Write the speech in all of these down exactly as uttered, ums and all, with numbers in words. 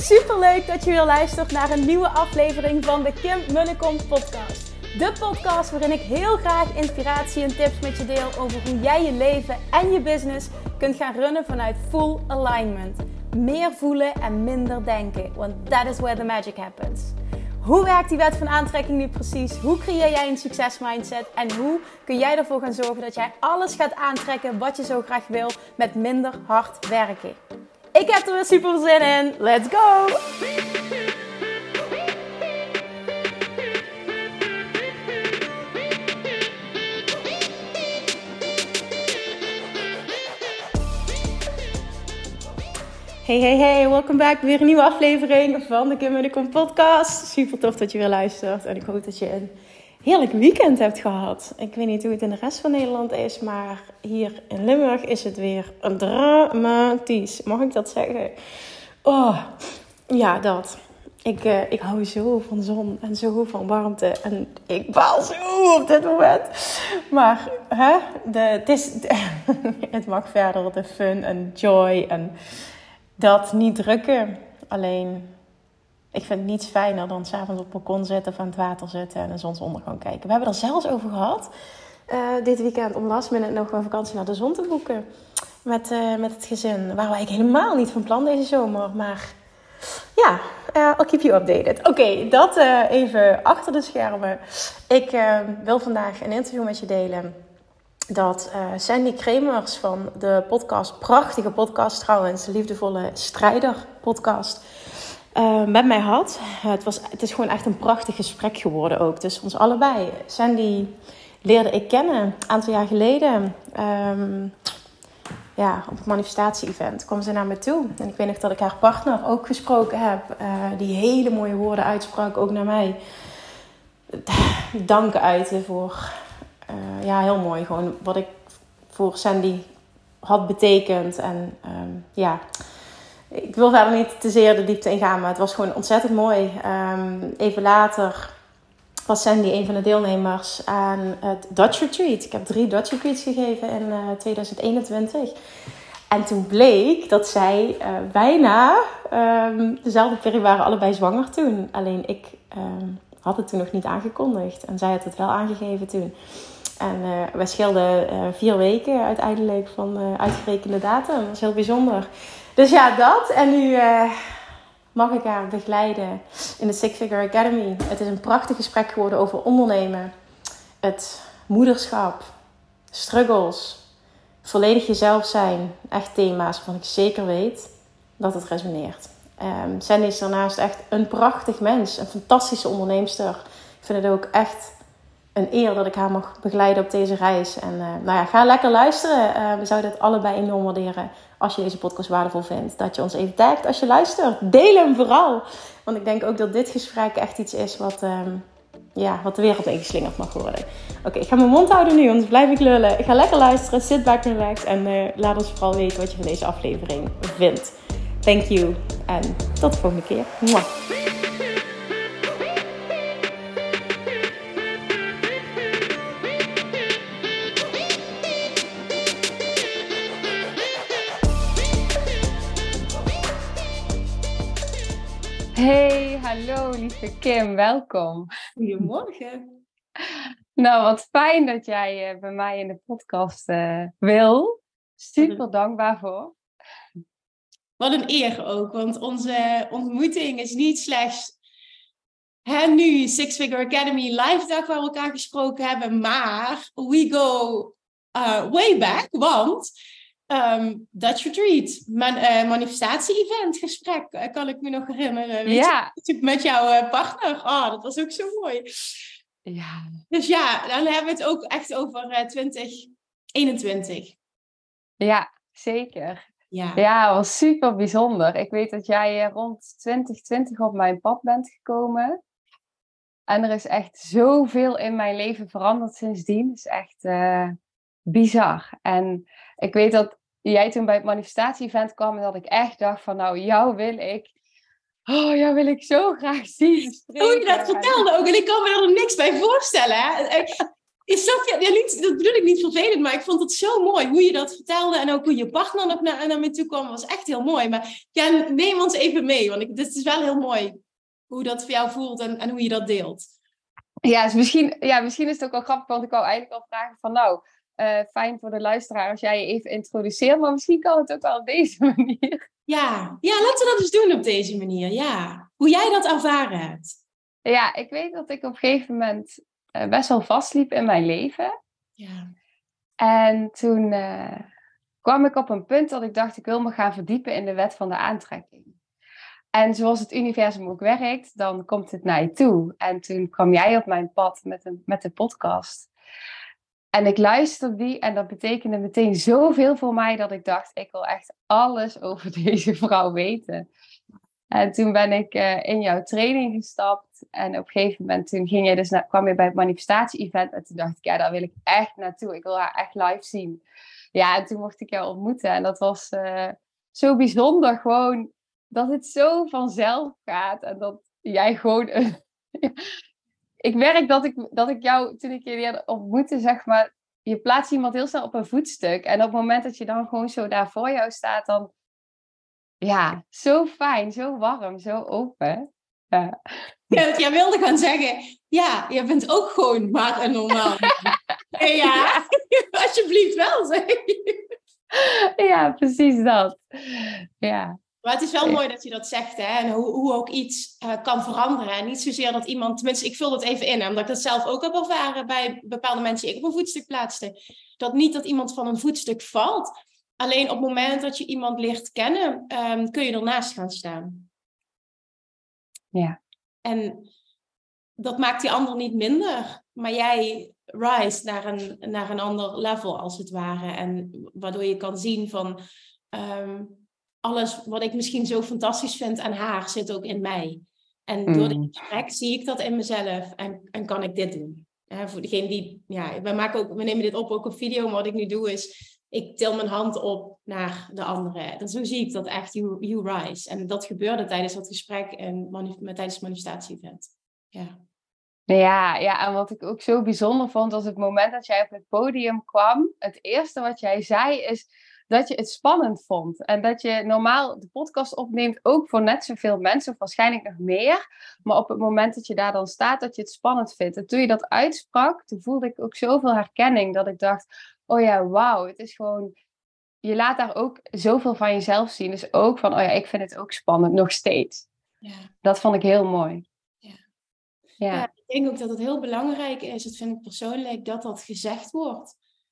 Superleuk dat je weer luistert naar een nieuwe aflevering van de Kim Munnekom podcast. De podcast waarin ik heel graag inspiratie en tips met je deel over hoe jij je leven en je business kunt gaan runnen vanuit full alignment. Meer voelen en minder denken, want that is where the magic happens. Hoe werkt die wet van aantrekking nu precies? Hoe creëer jij een succesmindset? En hoe kun jij ervoor gaan zorgen dat jij alles gaat aantrekken wat je zo graag wil met minder hard werken? Ik heb er weer super zin in. Let's go! Hey, hey, hey, welkom back. Weer een nieuwe aflevering van de Kim Munnekom podcast. Super tof dat je weer luistert. En ik hoop dat je een heerlijk weekend hebt gehad. Ik weet niet hoe het in de rest van Nederland is, maar hier in Limburg is het weer dramatisch. Mag ik dat zeggen? Oh, ja, dat. Ik, uh, ik hou zo van zon en zo van warmte. En ik baal zo op dit moment. Maar hè, de, het, is, het mag verder, de fun en joy en dat niet drukken. Alleen, ik vind niets fijner dan 's avonds op het balkon zitten of aan het water zitten en een zonsondergang kijken. We hebben er zelfs over gehad uh, dit weekend om last minute nog een vakantie naar de zon te boeken. Met, uh, met het gezin. Waar waren we eigenlijk helemaal niet van plan deze zomer. Maar ja, uh, I'll keep you updated. Oké, okay, dat uh, even achter de schermen. Ik uh, wil vandaag een interview met je delen. Dat uh, Sandy Kremers van de podcast, prachtige podcast trouwens, de Liefdevolle Strijder podcast, uh, met mij had. Uh, het, was, het is gewoon echt een prachtig gesprek geworden ook tussen ons allebei. Sandy leerde ik kennen een aantal jaar geleden. Um, ja, op het manifestatie-event kwam ze naar me toe. En ik weet nog dat ik haar partner ook gesproken heb. Uh, die hele mooie woorden uitsprak, ook naar mij. Dank uiten voor... Uh, ja, heel mooi. Gewoon wat ik voor Sandy had betekend. En um, ja, ik wil verder niet te zeer de diepte ingaan, maar het was gewoon ontzettend mooi. Um, even later was Sandy een van de deelnemers aan het Dutch Retreat. Ik heb drie Dutch Retreats gegeven in uh, twintig eenentwintig. En toen bleek dat zij uh, bijna um, dezelfde periode waren, allebei zwanger toen. Alleen ik um, had het toen nog niet aangekondigd. En zij had het wel aangegeven toen. En uh, wij scheelden uh, vier weken uiteindelijk van de uh, uitgerekende datum. Dat was heel bijzonder. Dus ja, dat. En nu uh, mag ik haar begeleiden in de Six Figure Academy. Het is een prachtig gesprek geworden over ondernemen. Het moederschap. Struggles. Volledig jezelf zijn. Echt thema's waarvan ik zeker weet dat het resoneert. Um, Sandy is daarnaast echt een prachtig mens. Een fantastische onderneemster. Ik vind het ook echt een eer dat ik haar mag begeleiden op deze reis. En uh, nou ja, ga lekker luisteren. Uh, we zouden het allebei enorm waarderen als je deze podcast waardevol vindt. Dat je ons even tagt als je luistert. Deel hem vooral. Want ik denk ook dat dit gesprek echt iets is wat, um, ja, wat de wereld ingeslingerd mag worden. Oké, okay, ik ga mijn mond houden nu, anders blijf ik lullen. Ik ga lekker luisteren. Sit back and relax. En uh, laat ons vooral weten wat je van deze aflevering vindt. Thank you. En tot de volgende keer. Mwah. Hey, hallo lieve Kim, welkom. Goedemorgen. Nou, wat fijn dat jij uh, bij mij in de podcast uh, wil. Super dankbaar voor. Wat een eer ook, want onze ontmoeting is niet slechts hè, nu Six Figure Academy live dag waar we elkaar gesproken hebben, maar we go uh, way back, want um, Dutch Retreat, man, uh, manifestatie-event gesprek, uh, kan ik me nog herinneren. Weet ja. je, met jouw uh, partner. Oh, dat was ook zo mooi. Ja. Dus ja, dan hebben we het ook echt over uh, twintig eenentwintig. Ja, zeker. Ja. Ja, het was super bijzonder. Ik weet dat jij uh, rond twintig twintig op mijn pad bent gekomen. En er is echt zoveel in mijn leven veranderd sindsdien. Het is echt uh, bizar. En ik weet dat jij toen bij het manifestatie-event kwam en dat ik echt dacht van nou, jou wil ik... Oh, jou wil ik zo graag zien. Hoe je dat vertelde ook. En ik kan me er niks bij voorstellen. Hè? Is dat, ja, niet, dat bedoel ik niet vervelend, maar ik vond het zo mooi hoe je dat vertelde. En ook hoe je partner nog naar, naar me toe kwam, was echt heel mooi. Maar ja, neem ons even mee, want ik, dit is wel heel mooi hoe dat voor jou voelt en, en hoe je dat deelt. Ja, dus misschien, ja, misschien is het ook wel grappig, want ik wou eigenlijk al vragen van nou, uh, fijn voor de luisteraar als jij je even introduceert, maar misschien kan het ook wel op deze manier. Ja, ja, laten we dat eens doen op deze manier, ja. Hoe jij dat ervaren hebt. Ja, ik weet dat ik op een gegeven moment uh, best wel vastliep in mijn leven. Ja. En toen uh, kwam ik op een punt dat ik dacht, ik wil me gaan verdiepen in de wet van de aantrekking. En zoals het universum ook werkt, dan komt het naar je toe. En toen kwam jij op mijn pad met, een, met de podcast. En ik luisterde die en dat betekende meteen zoveel voor mij dat ik dacht, ik wil echt alles over deze vrouw weten. En toen ben ik uh, in jouw training gestapt. En op een gegeven moment toen ging je dus naar, kwam je bij het manifestatie-event. En toen dacht ik, ja, daar wil ik echt naartoe. Ik wil haar echt live zien. Ja, en toen mocht ik jou ontmoeten. En dat was uh, zo bijzonder gewoon dat het zo vanzelf gaat. En dat jij gewoon... Uh, ik merk dat ik, dat ik jou, toen ik je leerde ontmoeten, zeg maar... Je plaatst iemand heel snel op een voetstuk. En op het moment dat je dan gewoon zo daar voor jou staat, dan... Ja, zo fijn, zo warm, zo open. Ja. Ja, jij wilde gaan zeggen, ja, je bent ook gewoon maar een normaal. Ja, ja. Alsjeblieft wel, zeg. Ja, precies dat. Ja. Maar het is wel mooi dat je dat zegt, hè? En hoe, hoe ook iets uh, kan veranderen. En niet zozeer dat iemand, tenminste, ik vul dat even in, hè, omdat ik dat zelf ook heb ervaren bij bepaalde mensen die ik op een voetstuk plaatste. Dat niet dat iemand van een voetstuk valt. Alleen op het moment dat je iemand leert kennen, um, kun je ernaast gaan staan. Ja. En dat maakt die ander niet minder. Maar jij rise naar een, naar een ander level, als het ware. En waardoor je kan zien van... Um, alles wat ik misschien zo fantastisch vind aan haar, zit ook in mij. En door Mm. dit gesprek zie ik dat in mezelf. En, en kan ik dit doen. Hè, voor degene die... Ja, we, maken ook, we nemen dit op ook op video. Maar wat ik nu doe is... Ik til mijn hand op naar de andere. Dus zo zie ik dat echt, you, you rise. En dat gebeurde tijdens dat gesprek en manif- tijdens het manifestatie-event. Ja. Ja, ja, en wat ik ook zo bijzonder vond, was het moment dat jij op het podium kwam. Het eerste wat jij zei is dat je het spannend vond. En dat je normaal de podcast opneemt ook voor net zoveel mensen, of waarschijnlijk nog meer. Maar op het moment dat je daar dan staat, dat je het spannend vindt. En toen je dat uitsprak, toen voelde ik ook zoveel herkenning. Dat ik dacht, oh ja, wauw, het is gewoon... Je laat daar ook zoveel van jezelf zien. Dus ook van, oh ja, ik vind het ook spannend, nog steeds. Ja. Dat vond ik heel mooi. Ja. Ja. Ja, ik denk ook dat het heel belangrijk is, dat vind ik persoonlijk, dat dat gezegd wordt.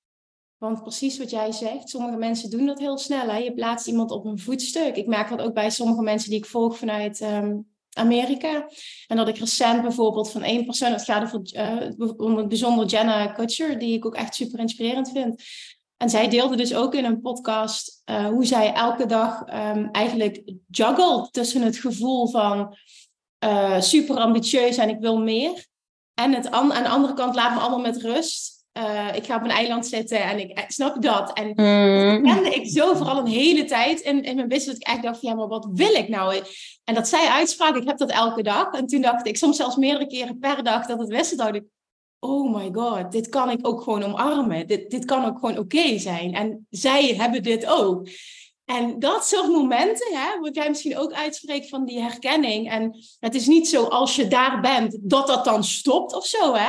Want precies wat jij zegt, sommige mensen doen dat heel snel. Hè? Je plaatst iemand op een voetstuk. Ik merk dat ook bij sommige mensen die ik volg vanuit um, Amerika. En dat ik recent bijvoorbeeld van één persoon, het gaat over uh, bijzonder Jenna Kutcher, die ik ook echt super inspirerend vind. En zij deelde dus ook in een podcast uh, hoe zij elke dag um, eigenlijk juggelt tussen het gevoel van uh, super ambitieus en ik wil meer. En het an- aan de andere kant, laat me allemaal met rust. Uh, ik ga op een eiland zitten en ik snap je dat. En Mm. dat kende ik zo vooral een hele tijd in, in mijn business. Dat ik echt dacht van ja, maar wat wil ik nou? En dat zij uitsprak, ik heb dat elke dag. En toen dacht ik, soms zelfs meerdere keren per dag dat het wist, dacht ik, oh my god, dit kan ik ook gewoon omarmen. Dit, dit kan ook gewoon oké okay zijn. En zij hebben dit ook. En dat soort momenten, hè, wat jij misschien ook uitspreekt van die herkenning. En het is niet zo als je daar bent, dat dat dan stopt of zo, hè.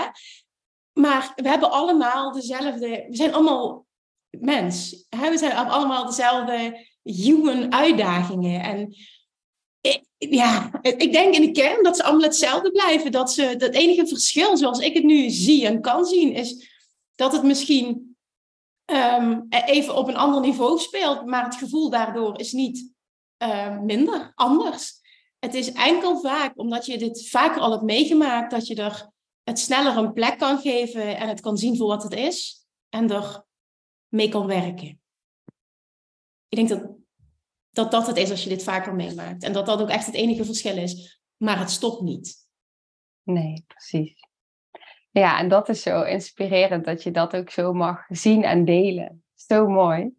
Maar we hebben allemaal dezelfde... We zijn allemaal mens. Hè? We zijn allemaal dezelfde human uitdagingen. En ik, ja, ik denk in de kern dat ze allemaal hetzelfde blijven. Dat ze, dat enige verschil, zoals ik het nu zie en kan zien, is dat het misschien um, even op een ander niveau speelt. Maar het gevoel daardoor is niet uh, minder, anders. Het is enkel vaak, omdat je dit vaker al hebt meegemaakt, dat je er het sneller een plek kan geven en het kan zien voor wat het is. En er mee kan werken. Ik denk dat, dat dat het is als je dit vaker meemaakt. En dat dat ook echt het enige verschil is. Maar het stopt niet. Nee, precies. Ja, en dat is zo inspirerend dat je dat ook zo mag zien en delen. Zo mooi.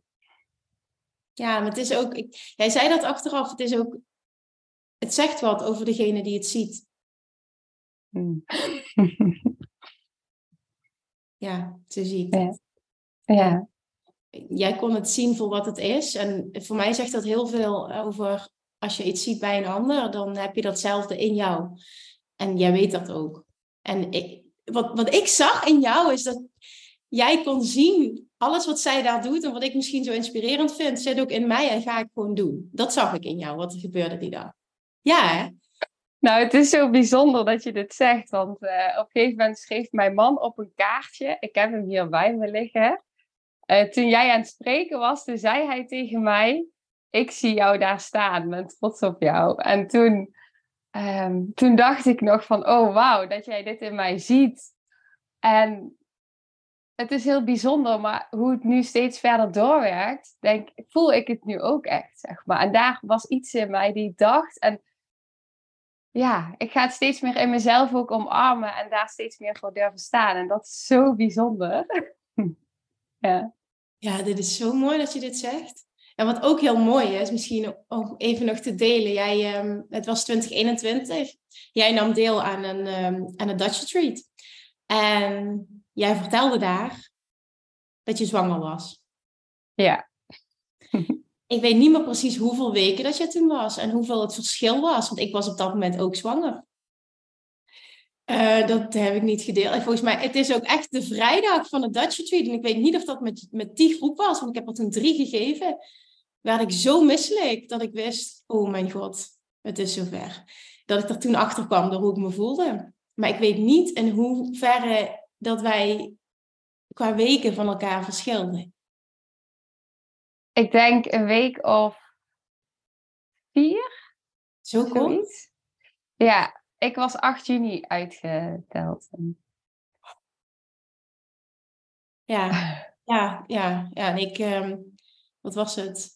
Ja, maar het is ook... Ik, jij zei dat achteraf. Het is ook... Het zegt wat over degene die het ziet. Hmm. Ja, zo zie ik Ja. dat. Ja. Jij kon het zien voor wat het is. En voor mij zegt dat heel veel over... Als je iets ziet bij een ander, dan heb je datzelfde in jou. En jij weet dat ook. En ik, wat, wat ik zag in jou is dat jij kon zien... Alles wat zij daar doet en wat ik misschien zo inspirerend vind... zit ook in mij en ga ik gewoon doen. Dat zag ik in jou, wat er gebeurde die dag. Ja, hè? Nou, het is zo bijzonder dat je dit zegt. Want uh, op een gegeven moment schreef mijn man op een kaartje... Ik heb hem hier bij me liggen... Uh, toen jij aan het spreken was, toen zei hij tegen mij... Ik zie jou daar staan, ben trots op jou. En toen, um, toen dacht ik nog van... Oh, wauw, dat jij dit in mij ziet. En het is heel bijzonder, maar hoe het nu steeds verder doorwerkt... Denk, voel ik het nu ook echt, zeg maar. En daar was iets in mij die dacht... En ja, ik ga het steeds meer in mezelf ook omarmen... En daar steeds meer voor durven staan. En dat is zo bijzonder. Ja. Ja, dit is zo mooi dat je dit zegt. En wat ook heel mooi is, misschien om even nog te delen. Jij, um, het was twintig eenentwintig. Jij nam deel aan een, um, aan een Dutch Retreat. En jij vertelde daar dat je zwanger was. Ja. Ik weet niet meer precies hoeveel weken dat je toen was. En hoeveel het verschil was. Want ik was op dat moment ook zwanger. Uh, dat heb ik niet gedeeld. En volgens mij, het is ook echt de vrijdag van de Dutch Retreat. En ik weet niet of dat met, met die groep was, want ik heb er toen drie gegeven. Werd ik zo misselijk dat ik wist, oh mijn god, het is zover. Dat ik er toen achter kwam door hoe ik me voelde. Maar ik weet niet in hoeverre dat wij qua weken van elkaar verschilden. Ik denk een week of vier. Zo kort? Ja. Ik was acht juni uitgeteld. Ja, ja, ja. ja. En ik, um, wat was het?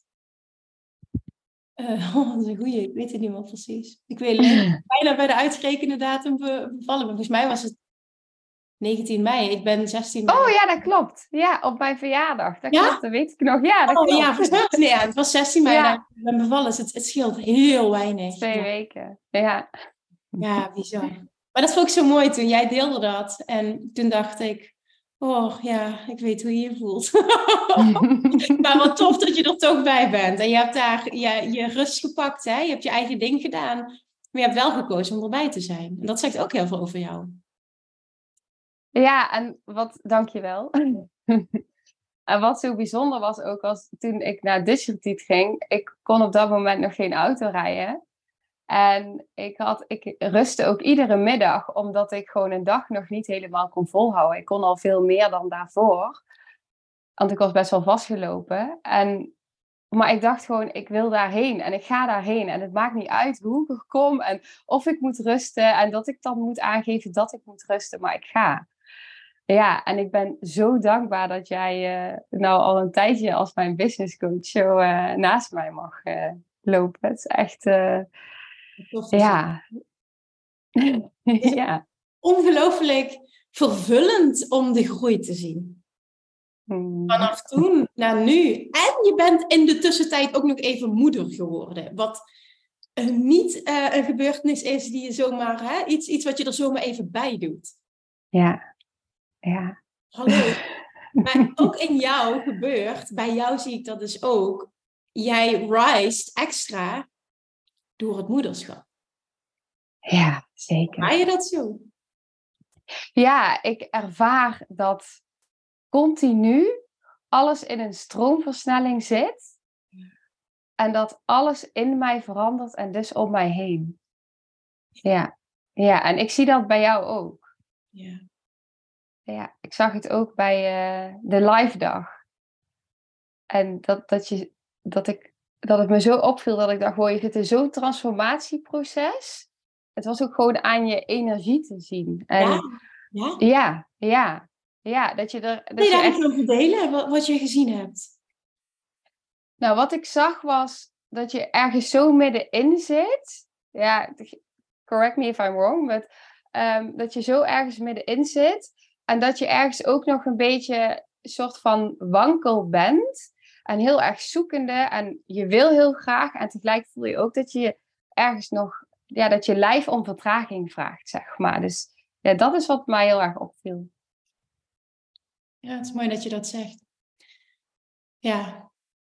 Uh, oh, dat is een goeie, ik weet het niet meer precies. Ik weet alleen bijna bij de uitgerekende datum be- bevallen. Volgens mij was het negentien mei. Ik ben zestien mei. Oh ja, dat klopt. Ja, op mijn verjaardag. Dat ja? klopt, dat weet ik nog. Ja, dat oh, klopt. Ja, volgens mij was het, nee, ja, het was zestien mei. Ja. Ik ben bevallen, dus het, het scheelt heel weinig. Twee ja. weken, ja. Ja, bizar. Maar dat vond ik zo mooi toen jij deelde dat. En toen dacht ik, oh ja, ik weet hoe je je voelt. Maar wat tof dat je er toch bij bent. En je hebt daar je, je rust gepakt. Hè? Je hebt je eigen ding gedaan. Maar je hebt wel gekozen om erbij te zijn. En dat zegt ook heel veel over jou. Ja, en wat, dankjewel. En wat zo bijzonder was ook, als toen ik naar Dutch Retreat ging, ik kon op dat moment nog geen auto rijden. En ik, had, ik rustte ook iedere middag, omdat ik gewoon een dag nog niet helemaal kon volhouden. Ik kon al veel meer dan daarvoor. Want ik was best wel vastgelopen. En, maar ik dacht gewoon, ik wil daarheen en ik ga daarheen. En het maakt niet uit hoe ik kom en of ik moet rusten. En dat ik dan moet aangeven dat ik moet rusten, maar ik ga. Ja, en ik ben zo dankbaar dat jij uh, nou al een tijdje als mijn business coach zo uh, naast mij mag uh, lopen. Het is echt... Uh, ja. ja. Ongelooflijk vervullend om de groei te zien. Hmm. Vanaf toen naar nu. En je bent in de tussentijd ook nog even moeder geworden. Wat uh, niet uh, een gebeurtenis is die je zomaar... Hè, iets, iets wat je er zomaar even bij doet. Ja. Ja. Hallo. Maar ook in jou gebeurt, bij jou zie ik dat dus ook. Jij rijst extra door het moederschap. Ja, zeker. Maak je dat zo? Ja, ik ervaar dat continu alles in een stroomversnelling zit. En dat alles in mij verandert en dus om mij heen. Ja, ja, en ik zie dat bij jou ook. Ja. Ja, ik zag het ook bij uh, de live dag. En dat, dat, je, dat, ik, dat het me zo opviel dat ik dacht, hoor, je zit in zo'n transformatieproces. Het was ook gewoon aan je energie te zien. En ja, ja. Ja, ja, ja, dat je er... Dat nee, je daar echt... ik over delen, wat, wat je gezien hebt. Nou, wat ik zag was dat je ergens zo middenin zit. Ja, correct me if I'm wrong, but um, dat je zo ergens middenin zit. En dat je ergens ook nog een beetje een soort van wankel bent. En heel erg zoekende. En je wil heel graag. En tegelijk voel je ook dat je ergens nog... Ja, dat je lijf om vertraging vraagt, zeg maar. Dus ja, dat is wat mij heel erg opviel. Ja, het is mooi dat je dat zegt. Ja.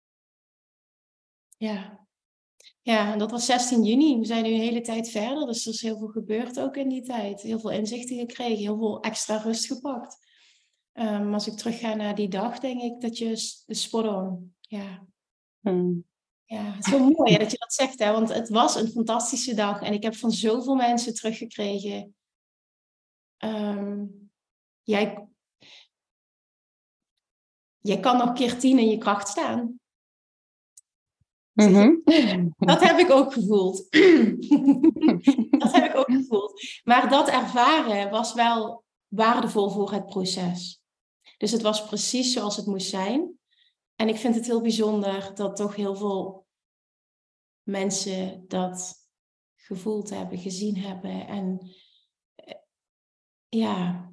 Ja. Ja, en dat was zestien juni. We zijn nu een hele tijd verder. Dus er is heel veel gebeurd ook in die tijd. Heel veel inzichten gekregen. Heel veel extra rust gepakt. Um, als ik terug ga naar die dag, denk ik dat je de spot on. Ja. Hmm. Ja, het is wel mooi hè, dat je dat zegt. Hè? Want het was een fantastische dag. En ik heb van zoveel mensen teruggekregen. Um, jij, jij kan nog keer tien in je kracht staan. Mm-hmm. Dat heb ik ook gevoeld. Dat heb ik ook gevoeld. Maar dat ervaren was wel waardevol voor het proces. Dus het was precies zoals het moest zijn. En ik vind het heel bijzonder dat toch heel veel mensen dat gevoeld hebben, gezien hebben. En ja...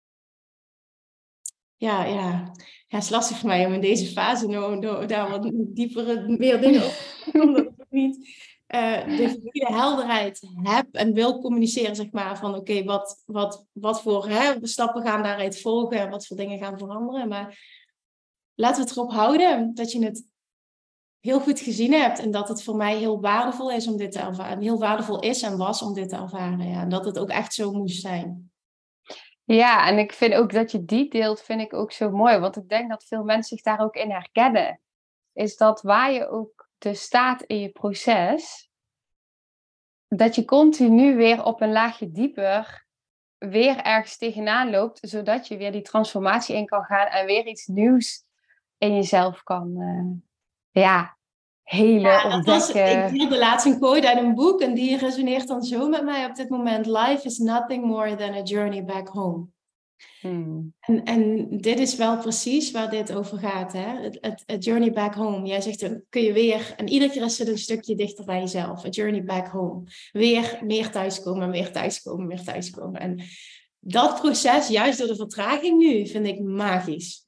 Ja, ja. Ja, het is lastig voor mij om in deze fase nou, nou, daar wat dieper meer dingen over te doen, omdat ik niet uh, de hele helderheid heb en wil communiceren, zeg maar, van oké, okay, wat, wat, wat voor hè, stappen gaan daaruit volgen en wat voor dingen gaan veranderen. Maar laten we het erop houden dat je het heel goed gezien hebt en dat het voor mij heel waardevol is om dit te ervaren. Heel waardevol is en was om dit te ervaren. Ja. En dat het ook echt zo moest zijn. Ja, en ik vind ook dat je die deelt, vind ik ook zo mooi. Want ik denk dat veel mensen zich daar ook in herkennen. Is dat waar je ook dus staat in je proces, dat je continu weer op een laagje dieper weer ergens tegenaan loopt, zodat je weer die transformatie in kan gaan en weer iets nieuws in jezelf kan uh, ja, helen, ja, dat ontdekken. Was, ik deelde laatst een quote uit een boek en die resoneert dan zo met mij op dit moment. Life is nothing more than a journey back home. Hmm. En, en dit is wel precies waar dit over gaat. Hè? Het, het, het journey back home. Jij zegt, dan kun je weer... En iedere keer is het een stukje dichter bij jezelf. A journey back home. Weer meer thuiskomen, meer thuiskomen, meer thuiskomen. En dat proces, juist door de vertraging nu, vind ik magisch.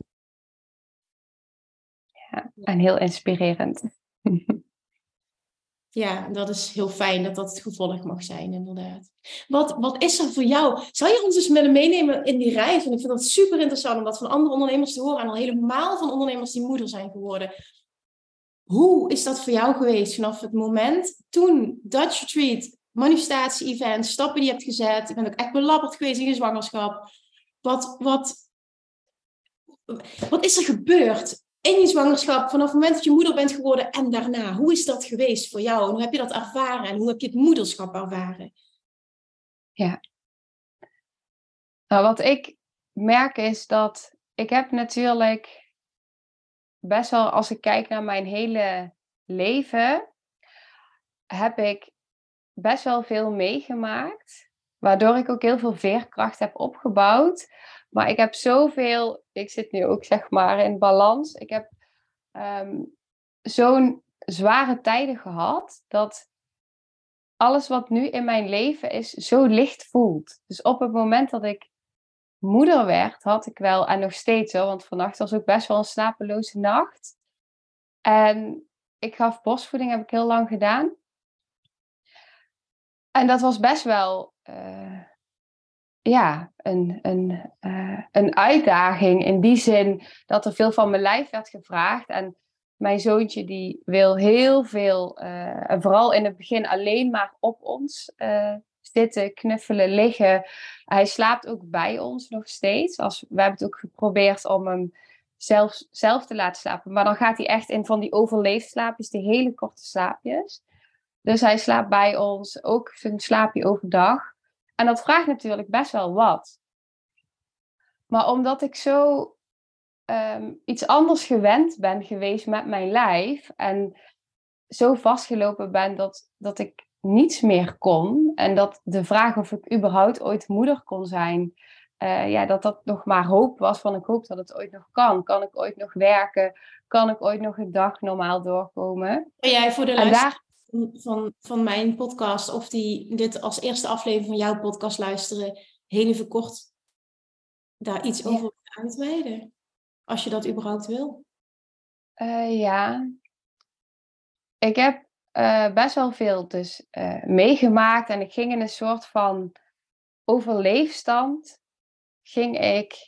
Ja, en heel inspirerend. Ja, dat is heel fijn dat dat het gevolg mag zijn, inderdaad. Wat, wat is er voor jou? Zou je ons eens willen meenemen in die reis? En ik vind dat super interessant om dat van andere ondernemers te horen. En al helemaal van ondernemers die moeder zijn geworden. Hoe is dat voor jou geweest vanaf het moment toen Dutch Retreat, manifestatie-event, stappen die je hebt gezet. Je bent ook echt belabberd geweest in je zwangerschap. Wat, wat, wat is er gebeurd in je zwangerschap, vanaf het moment dat je moeder bent geworden en daarna? Hoe is dat geweest voor jou? En hoe heb je dat ervaren? En hoe heb je het moederschap ervaren? Ja. Nou, wat ik merk is dat ik heb natuurlijk best wel, als ik kijk naar mijn hele leven, heb ik best wel veel meegemaakt. Waardoor ik ook heel veel veerkracht heb opgebouwd. Maar ik heb zoveel, ik zit nu ook zeg maar in balans. Ik heb um, zo'n zware tijden gehad, dat alles wat nu in mijn leven is, zo licht voelt. Dus op het moment dat ik moeder werd, had ik wel, en nog steeds hoor, want vannacht was ook best wel een slapeloze nacht. En ik gaf borstvoeding, heb ik heel lang gedaan. En dat was best wel uh, ja, een, een, uh, een uitdaging in die zin dat er veel van mijn lijf werd gevraagd. En mijn zoontje die wil heel veel, uh, en vooral in het begin alleen maar op ons uh, zitten, knuffelen, liggen. Hij slaapt ook bij ons nog steeds. Als, we hebben het ook geprobeerd om hem zelf, zelf te laten slapen. Maar dan gaat hij echt in van die overleefslaapjes, die hele korte slaapjes. Dus hij slaapt bij ons, ook zijn slaapje overdag. En dat vraagt natuurlijk best wel wat. Maar omdat ik zo um, iets anders gewend ben geweest met mijn lijf en zo vastgelopen ben dat, dat ik niets meer kon en dat de vraag of ik überhaupt ooit moeder kon zijn, uh, ja, dat dat nog maar hoop was van ik hoop dat het ooit nog kan. Kan ik ooit nog werken? Kan ik ooit nog een dag normaal doorkomen? En jij voor de luisteraar van, van mijn podcast, of die dit als eerste aflevering van jouw podcast luisteren, heel even kort daar iets over ja. uitweiden? Als je dat überhaupt wil. Uh, ja. Ik heb uh, best wel veel dus uh, meegemaakt en ik ging in een soort van overleefstand. Ging ik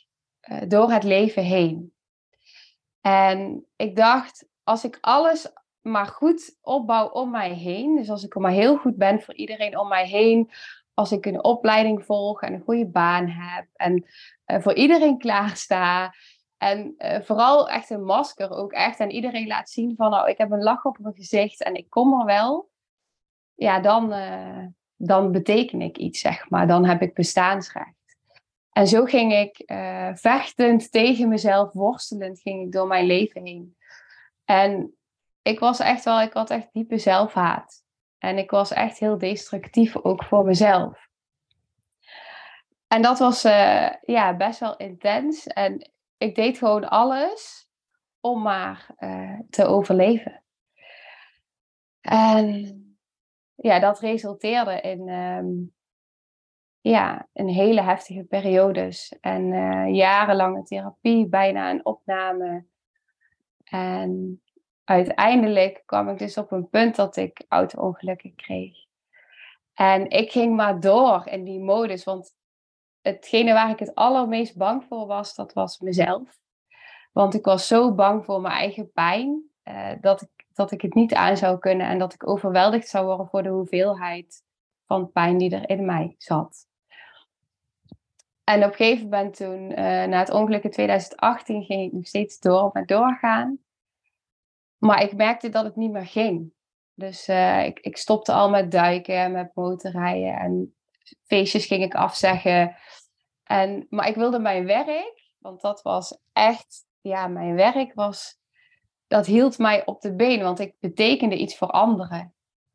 uh, door het leven heen. En ik dacht, als ik alles maar goed opbouw om mij heen, dus als ik er maar heel goed ben voor iedereen om mij heen, als ik een opleiding volg en een goede baan heb en uh, voor iedereen klaarsta en uh, vooral echt een masker ook echt en iedereen laat zien van nou, ik heb een lach op mijn gezicht en ik kom er wel, ja, dan, uh, dan beteken ik iets, zeg maar. Dan heb ik bestaansrecht. En zo ging ik uh, vechtend tegen mezelf, worstelend, ging ik door mijn leven heen. En ik was echt wel, ik had echt diepe zelfhaat. En ik was echt heel destructief ook voor mezelf. En dat was uh, ja, best wel intens. En ik deed gewoon alles om maar uh, te overleven. En ja, dat resulteerde in um, ja, een hele heftige periodes. En uh, jarenlange therapie, bijna een opname. En uiteindelijk kwam ik dus op een punt dat ik auto-ongelukken kreeg. En ik ging maar door in die modus. Want hetgene waar ik het allermeest bang voor was, dat was mezelf. Want ik was zo bang voor mijn eigen pijn, uh, dat, ik, dat ik het niet aan zou kunnen. En dat ik overweldigd zou worden voor de hoeveelheid van pijn die er in mij zat. En op een gegeven moment toen, uh, na het ongeluk in twintig achttien, ging ik nog steeds door met doorgaan. Maar ik merkte dat het niet meer ging. Dus uh, ik, ik stopte al met duiken, met motorrijden en feestjes ging ik afzeggen. En, maar ik wilde mijn werk, want dat was echt, ja, mijn werk was, dat hield mij op de been, want ik betekende iets voor anderen.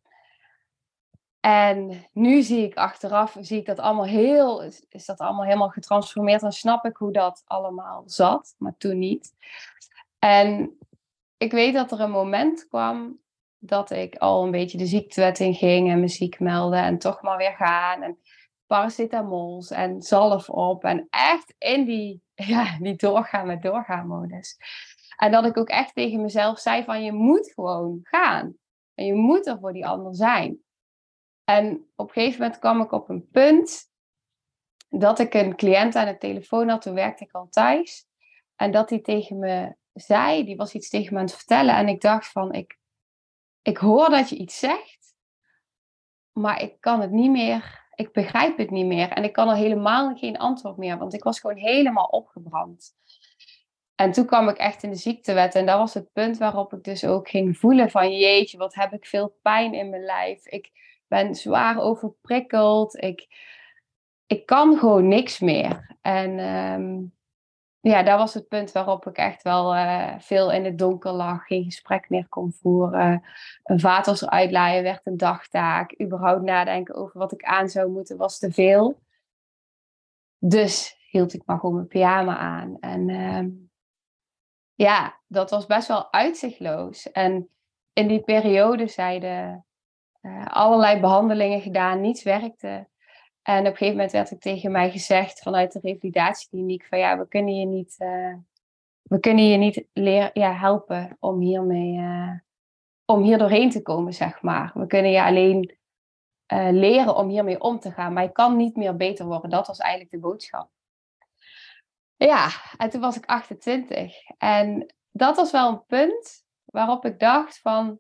En nu zie ik achteraf, zie ik dat allemaal heel, is dat allemaal helemaal getransformeerd. Dan snap ik hoe dat allemaal zat, maar toen niet. En ik weet dat er een moment kwam dat ik al een beetje de ziektewet in ging en me ziek meldde en toch maar weer gaan. En paracetamols en zalf op en echt in die, ja, die doorgaan met doorgaan modus. En dat ik ook echt tegen mezelf zei van je moet gewoon gaan. En je moet er voor die ander zijn. En op een gegeven moment kwam ik op een punt dat ik een cliënt aan de telefoon had. Toen werkte ik al thuis. En dat die tegen me zei, die was iets tegen me aan het vertellen. En ik dacht van, ik, ik hoor dat je iets zegt. Maar ik kan het niet meer, ik begrijp het niet meer. En ik kan er helemaal geen antwoord meer. Want ik was gewoon helemaal opgebrand. En toen kwam ik echt in de ziektewet. En dat was het punt waarop ik dus ook ging voelen van jeetje, wat heb ik veel pijn in mijn lijf. Ik ben zwaar overprikkeld. Ik, ik kan gewoon niks meer. En um, ja, dat was het punt waarop ik echt wel uh, veel in het donker lag. Geen gesprek meer kon voeren. Een vaatwasser uitlaaien werd een dagtaak. Überhaupt nadenken over wat ik aan zou moeten was te veel. Dus hield ik maar gewoon mijn pyjama aan. En um, ja, dat was best wel uitzichtloos. En in die periode zeiden uh, allerlei behandelingen gedaan, niets werkte. En op een gegeven moment werd er tegen mij gezegd vanuit de revalidatiekliniek van ja, we kunnen je niet, uh, we kunnen je niet leer, ja, helpen om hiermee, uh, om hier doorheen te komen, zeg maar. We kunnen je alleen uh, leren om hiermee om te gaan, maar je kan niet meer beter worden. Dat was eigenlijk de boodschap. Ja, en toen was ik achtentwintig. En dat was wel een punt waarop ik dacht van,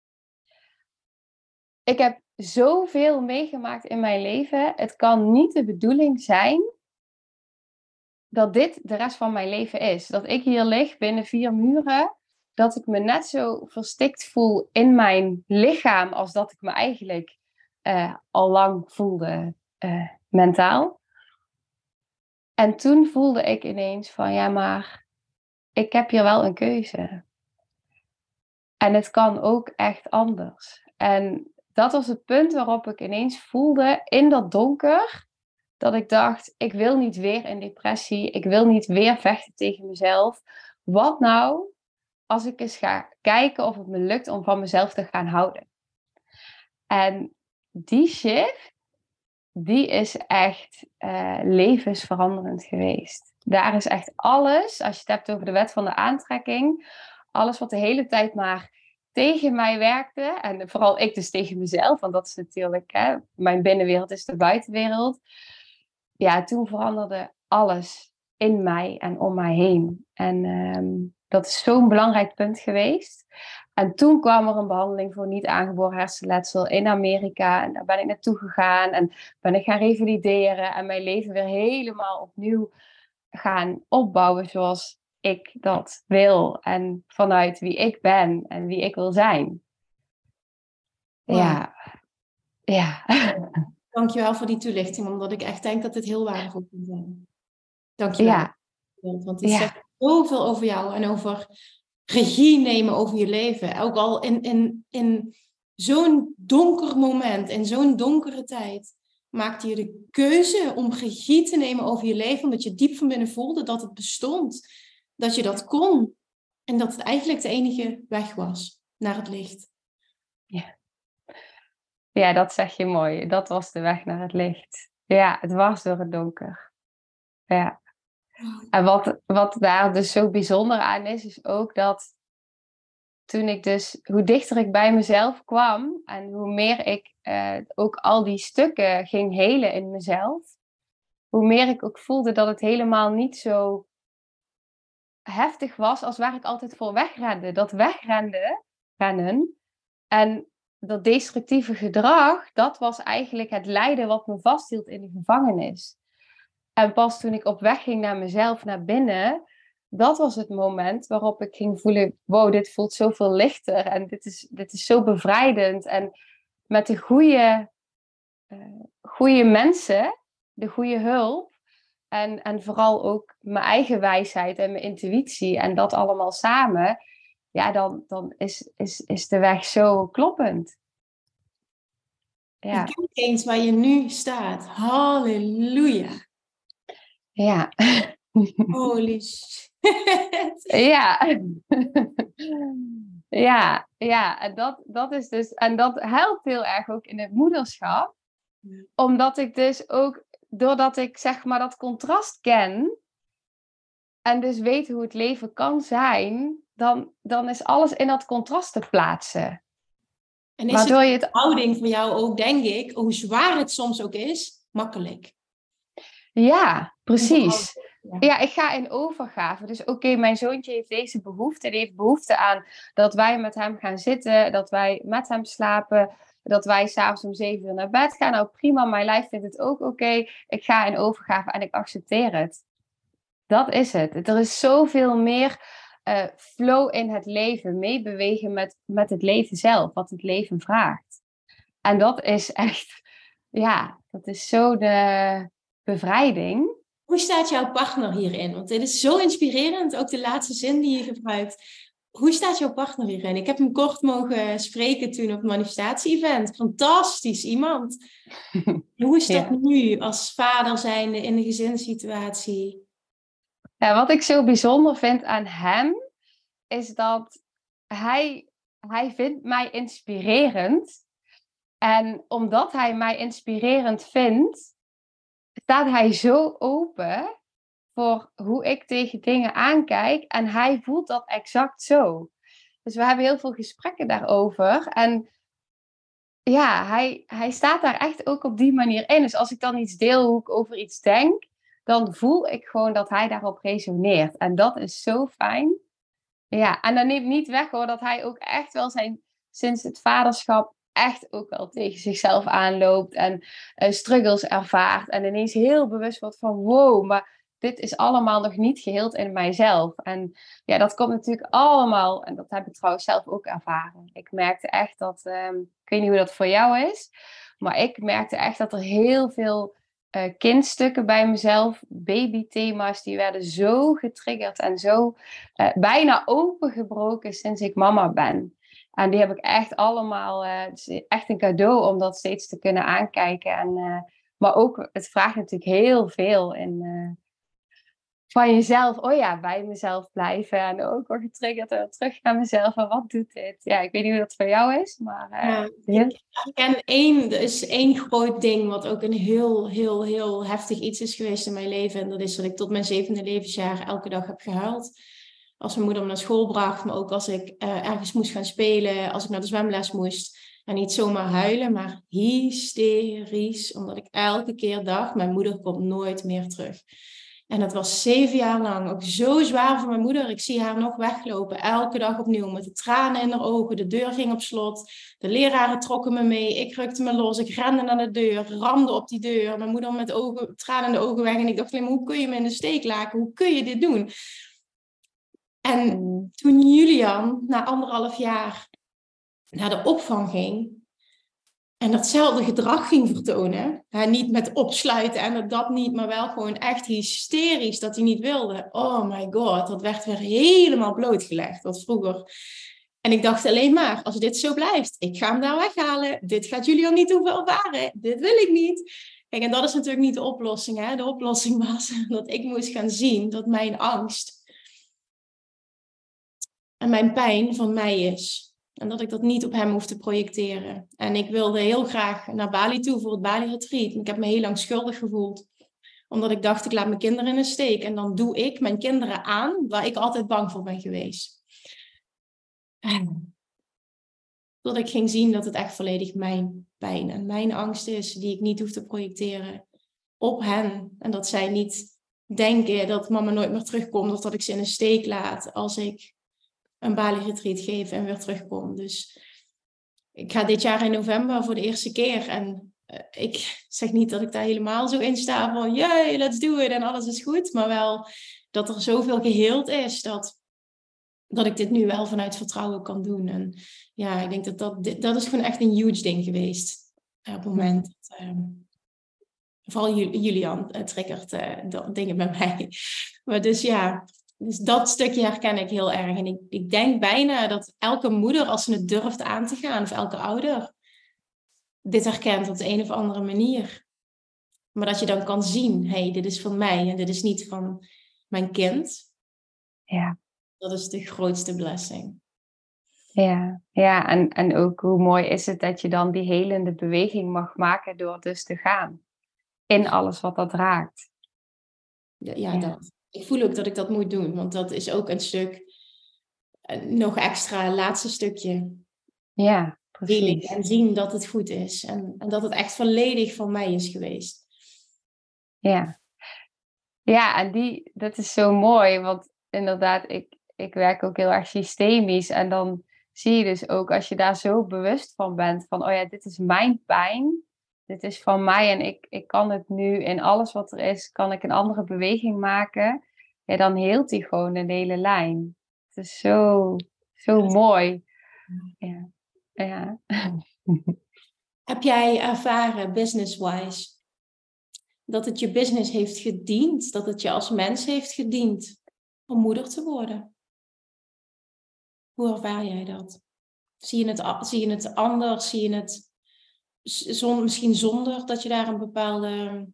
ik heb zoveel meegemaakt in mijn leven. Het kan niet de bedoeling zijn dat dit de rest van mijn leven is. Dat ik hier lig binnen vier muren. Dat ik me net zo verstikt voel in mijn lichaam als dat ik me eigenlijk uh, al lang voelde uh, mentaal. En toen voelde ik ineens van ja, maar ik heb hier wel een keuze. En het kan ook echt anders. En dat was het punt waarop ik ineens voelde in dat donker. Dat ik dacht, ik wil niet weer in depressie. Ik wil niet weer vechten tegen mezelf. Wat nou als ik eens ga kijken of het me lukt om van mezelf te gaan houden. En die shift, die is echt uh, levensveranderend geweest. Daar is echt alles, als je het hebt over de wet van de aantrekking. Alles wat de hele tijd maar tegen mij werkte. En vooral ik dus tegen mezelf. Want dat is natuurlijk, hè, mijn binnenwereld is de buitenwereld. Ja, toen veranderde alles. in mij en om mij heen. En um, dat is zo'n belangrijk punt geweest. En toen kwam er een behandeling voor niet aangeboren hersenletsel in Amerika. En daar ben ik naartoe gegaan en ben ik gaan revalideren. En mijn leven weer helemaal opnieuw gaan opbouwen zoals ik dat wil. En vanuit wie ik ben en wie ik wil zijn. Wow. Ja. Ja. Dankjewel voor die toelichting, omdat ik echt denk dat dit heel waardevol kan zijn. Dankjewel. Ja. Want het ja. zegt zoveel over jou en over regie nemen over je leven. Ook al in, in, in zo'n donker moment, in zo'n donkere tijd, maakte je de keuze om regie te nemen over je leven, omdat je diep van binnen voelde dat het bestond. Dat je dat kon. En dat het eigenlijk de enige weg was naar het licht. Ja. Ja, dat zeg je mooi. Dat was de weg naar het licht. Ja, het was door het donker. Ja. En wat, wat daar dus zo bijzonder aan is, is ook dat toen ik dus, hoe dichter ik bij mezelf kwam en hoe meer ik uh, ook al die stukken ging helen in mezelf, hoe meer ik ook voelde dat het helemaal niet zo heftig was als waar ik altijd voor wegrende. Dat wegrende, rennen en dat destructieve gedrag, dat was eigenlijk het lijden wat me vasthield in de gevangenis. En pas toen ik op weg ging naar mezelf, naar binnen, dat was het moment waarop ik ging voelen, wow, dit voelt zoveel lichter en dit is, dit is zo bevrijdend. En met de goede, uh, goede mensen, de goede hulp en, en vooral ook mijn eigen wijsheid en mijn intuïtie en dat allemaal samen, ja, dan, dan is, is, is de weg zo kloppend. Ja. Kijk eens waar je nu staat. Halleluja. Ja. Holy shit. Ja. Ja, ja. En dat, dat is dus, en dat helpt heel erg ook in het moederschap. Ja. Omdat ik dus ook, doordat ik zeg maar dat contrast ken en dus weet hoe het leven kan zijn, dan, dan is alles in dat contrast te plaatsen. En is Waardoor het, je het houding voor jou ook, denk ik, hoe zwaar het soms ook is, makkelijk? Ja, precies. Ja, ja ik ga in overgave. Dus oké, okay, mijn zoontje heeft deze behoefte. Die heeft behoefte aan dat wij met hem gaan zitten, dat wij met hem slapen, dat wij s'avonds om zeven uur naar bed gaan. Nou prima, mijn lijf vindt het ook oké. Okay. Ik ga in overgave en ik accepteer het. Dat is het. Er is zoveel meer uh, flow in het leven, meebewegen met, met het leven zelf, wat het leven vraagt. En dat is echt, ja, dat is zo de bevrijding. Hoe staat jouw partner hierin? Want dit is zo inspirerend, ook de laatste zin die je gebruikt. Hoe staat jouw partner hierin? Ik heb hem kort mogen spreken toen op het manifestatie-event. Fantastisch iemand. Hoe is dat ja. nu als vader zijnde in de gezinssituatie? Ja, wat ik zo bijzonder vind aan hem, is dat hij, hij vindt mij inspirerend. En omdat hij mij inspirerend vindt, staat hij zo open voor hoe ik tegen dingen aankijk. En hij voelt dat exact zo. Dus we hebben heel veel gesprekken daarover. En ja, hij, hij staat daar echt ook op die manier in. Dus als ik dan iets deel hoe ik over iets denk, dan voel ik gewoon dat hij daarop resoneert. En dat is zo fijn. Ja, en dat neemt niet weg hoor, dat hij ook echt wel zijn, sinds het vaderschap, echt ook wel tegen zichzelf aanloopt en uh, struggles ervaart. En ineens heel bewust wordt van wow, maar dit is allemaal nog niet geheeld in mijzelf. En ja, dat komt natuurlijk allemaal, en dat heb ik trouwens zelf ook ervaren. Ik merkte echt dat, um, ik weet niet hoe dat voor jou is, maar ik merkte echt dat er heel veel uh, kindstukken bij mezelf, babythema's, die werden zo getriggerd en zo uh, bijna opengebroken sinds ik mama ben. En die heb ik echt allemaal, uh, het is echt een cadeau om dat steeds te kunnen aankijken. En, uh, maar ook, het vraagt natuurlijk heel veel in, uh, van jezelf. Oh ja, bij mezelf blijven. En ook weer getriggerd en terug naar mezelf. En wat doet dit? Ja, ik weet niet hoe dat voor jou is. Maar uh, ja, heel... ik ken één, er is één groot ding wat ook een heel, heel, heel heftig iets is geweest in mijn leven. En dat is dat ik tot mijn zevende levensjaar elke dag heb gehuild. Als mijn moeder me naar school bracht, maar ook als ik uh, ergens moest gaan spelen, als ik naar de zwemles moest. En niet zomaar huilen, maar hysterisch. Omdat ik elke keer dacht, mijn moeder komt nooit meer terug. En dat was zeven jaar lang ook zo zwaar voor mijn moeder. Ik zie haar nog weglopen, elke dag opnieuw met de tranen in haar ogen. De deur ging op slot. De leraren trokken me mee. Ik rukte me los. Ik rende naar de deur, ramde op die deur. Mijn moeder met ogen, tranen in de ogen weg. En ik dacht, hoe kun je me in de steek laten? Hoe kun je dit doen? En toen Julian na anderhalf jaar naar de opvang ging en datzelfde gedrag ging vertonen, hè, niet met opsluiten en dat niet, maar wel gewoon echt hysterisch dat hij niet wilde. Oh my god, dat werd weer helemaal blootgelegd, wat vroeger. En ik dacht alleen maar, als dit zo blijft, ik ga hem daar weghalen. Dit gaat Julian niet hoeven ervaren. Dit wil ik niet. Kijk, en dat is natuurlijk niet de oplossing. Hè? De oplossing was dat ik moest gaan zien dat mijn angst en mijn pijn van mij is. En dat ik dat niet op hem hoef te projecteren. En ik wilde heel graag naar Bali toe voor het Bali-retreat. Ik heb me heel lang schuldig gevoeld. Omdat ik dacht, ik laat mijn kinderen in de steek. En dan doe ik mijn kinderen aan waar ik altijd bang voor ben geweest. Tot ik ging zien dat het echt volledig mijn pijn en mijn angst is. Die ik niet hoef te projecteren op hen. En dat zij niet denken dat mama nooit meer terugkomt. Of dat ik ze in de steek laat als ik een Bali-retreat geef en weer terugkom. Dus ik ga dit jaar in november voor de eerste keer. En uh, ik zeg niet dat ik daar helemaal zo in sta van yay, let's do it en alles is goed. Maar wel dat er zoveel geheeld is dat, dat ik dit nu wel vanuit vertrouwen kan doen. En ja, ik denk dat dat, dat is gewoon echt een huge ding geweest. Uh, op het moment dat um, vooral Julian uh, triggert uh, dingen bij mij. Maar dus ja... Dus dat stukje herken ik heel erg. En ik, ik denk bijna dat elke moeder, als ze het durft aan te gaan, of elke ouder, dit herkent op de een of andere manier. Maar dat je dan kan zien, hé, hey, dit is van mij en dit is niet van mijn kind. Ja. Dat is de grootste blessing. Ja, ja en, en ook hoe mooi is het dat je dan die helende beweging mag maken door dus te gaan. In alles wat dat raakt. Ja, ja, ja. dat. Ik voel ook dat ik dat moet doen, want dat is ook een stuk, nog extra laatste stukje. Ja, precies. En zien dat het goed is en, en dat het echt volledig van mij is geweest. Ja, ja en die, dat is zo mooi, want inderdaad, ik, ik werk ook heel erg systemisch en dan zie je dus ook als je daar zo bewust van bent, van oh ja, dit is mijn pijn, dit is van mij en ik, ik kan het nu in alles wat er is, kan ik een andere beweging maken. Ja, dan heelt die gewoon een hele lijn. Het is zo, zo ja. mooi. Ja. Ja. Heb jij ervaren, business-wise, dat het je business heeft gediend, dat het je als mens heeft gediend om moeder te worden? Hoe ervaar jij dat? Zie je het, zie je het anders? Zie je het zon, misschien zonder dat je daar een bepaalde...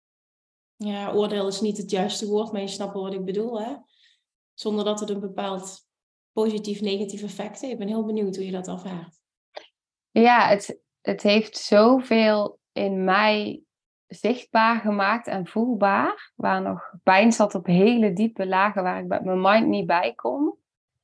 Ja, oordeel is niet het juiste woord, maar je snapt wat ik bedoel, hè? Zonder dat het een bepaald positief, negatief effect heeft. Ik ben heel benieuwd hoe je dat ervaart. Ja, het, het heeft zoveel in mij zichtbaar gemaakt en voelbaar. Waar nog pijn zat op hele diepe lagen waar ik met mijn mind niet bij kon.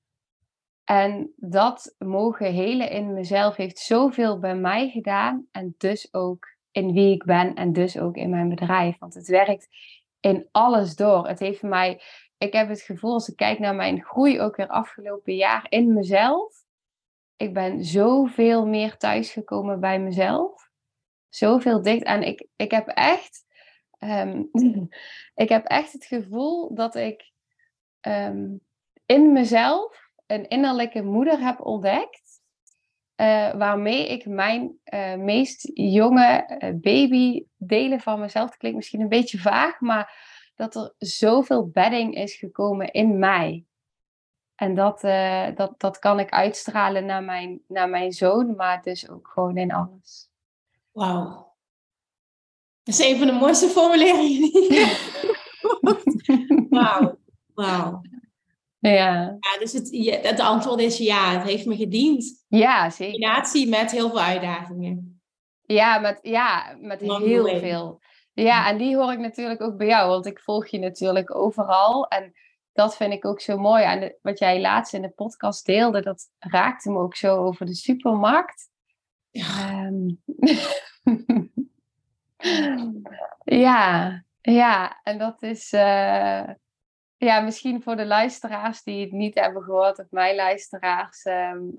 En dat mogen helen in mezelf heeft zoveel bij mij gedaan. En dus ook in wie ik ben en dus ook in mijn bedrijf. Want het werkt in alles door. Het heeft mij, ik heb het gevoel als ik kijk naar mijn groei ook weer afgelopen jaar in mezelf. Ik ben zoveel meer thuisgekomen bij mezelf. Zoveel dicht. En ik, ik heb echt... Um, ik heb echt het gevoel dat ik um, in mezelf een innerlijke moeder heb ontdekt. Uh, waarmee ik mijn uh, meest jonge uh, baby delen van mezelf. Dat klinkt misschien een beetje vaag. Maar dat er zoveel bedding is gekomen in mij. En dat, uh, dat, dat kan ik uitstralen naar mijn, naar mijn zoon, maar dus ook gewoon in alles. Wauw. Dat is een van de mooiste formuleringen. Wauw. Wauw. Ja. Ja, dus het, ja, het antwoord is ja, het heeft me gediend. Ja, zeker. In combinatie met heel veel uitdagingen. Ja, met, ja, met heel veel. Ja, en die hoor ik natuurlijk ook bij jou, want ik volg je natuurlijk overal. En dat vind ik ook zo mooi. En de, wat jij laatst in de podcast deelde, dat raakte me ook zo over de supermarkt. Ja, um, ja, Ja, en dat is uh, ja, misschien voor de luisteraars die het niet hebben gehoord, of mijn luisteraars. Um...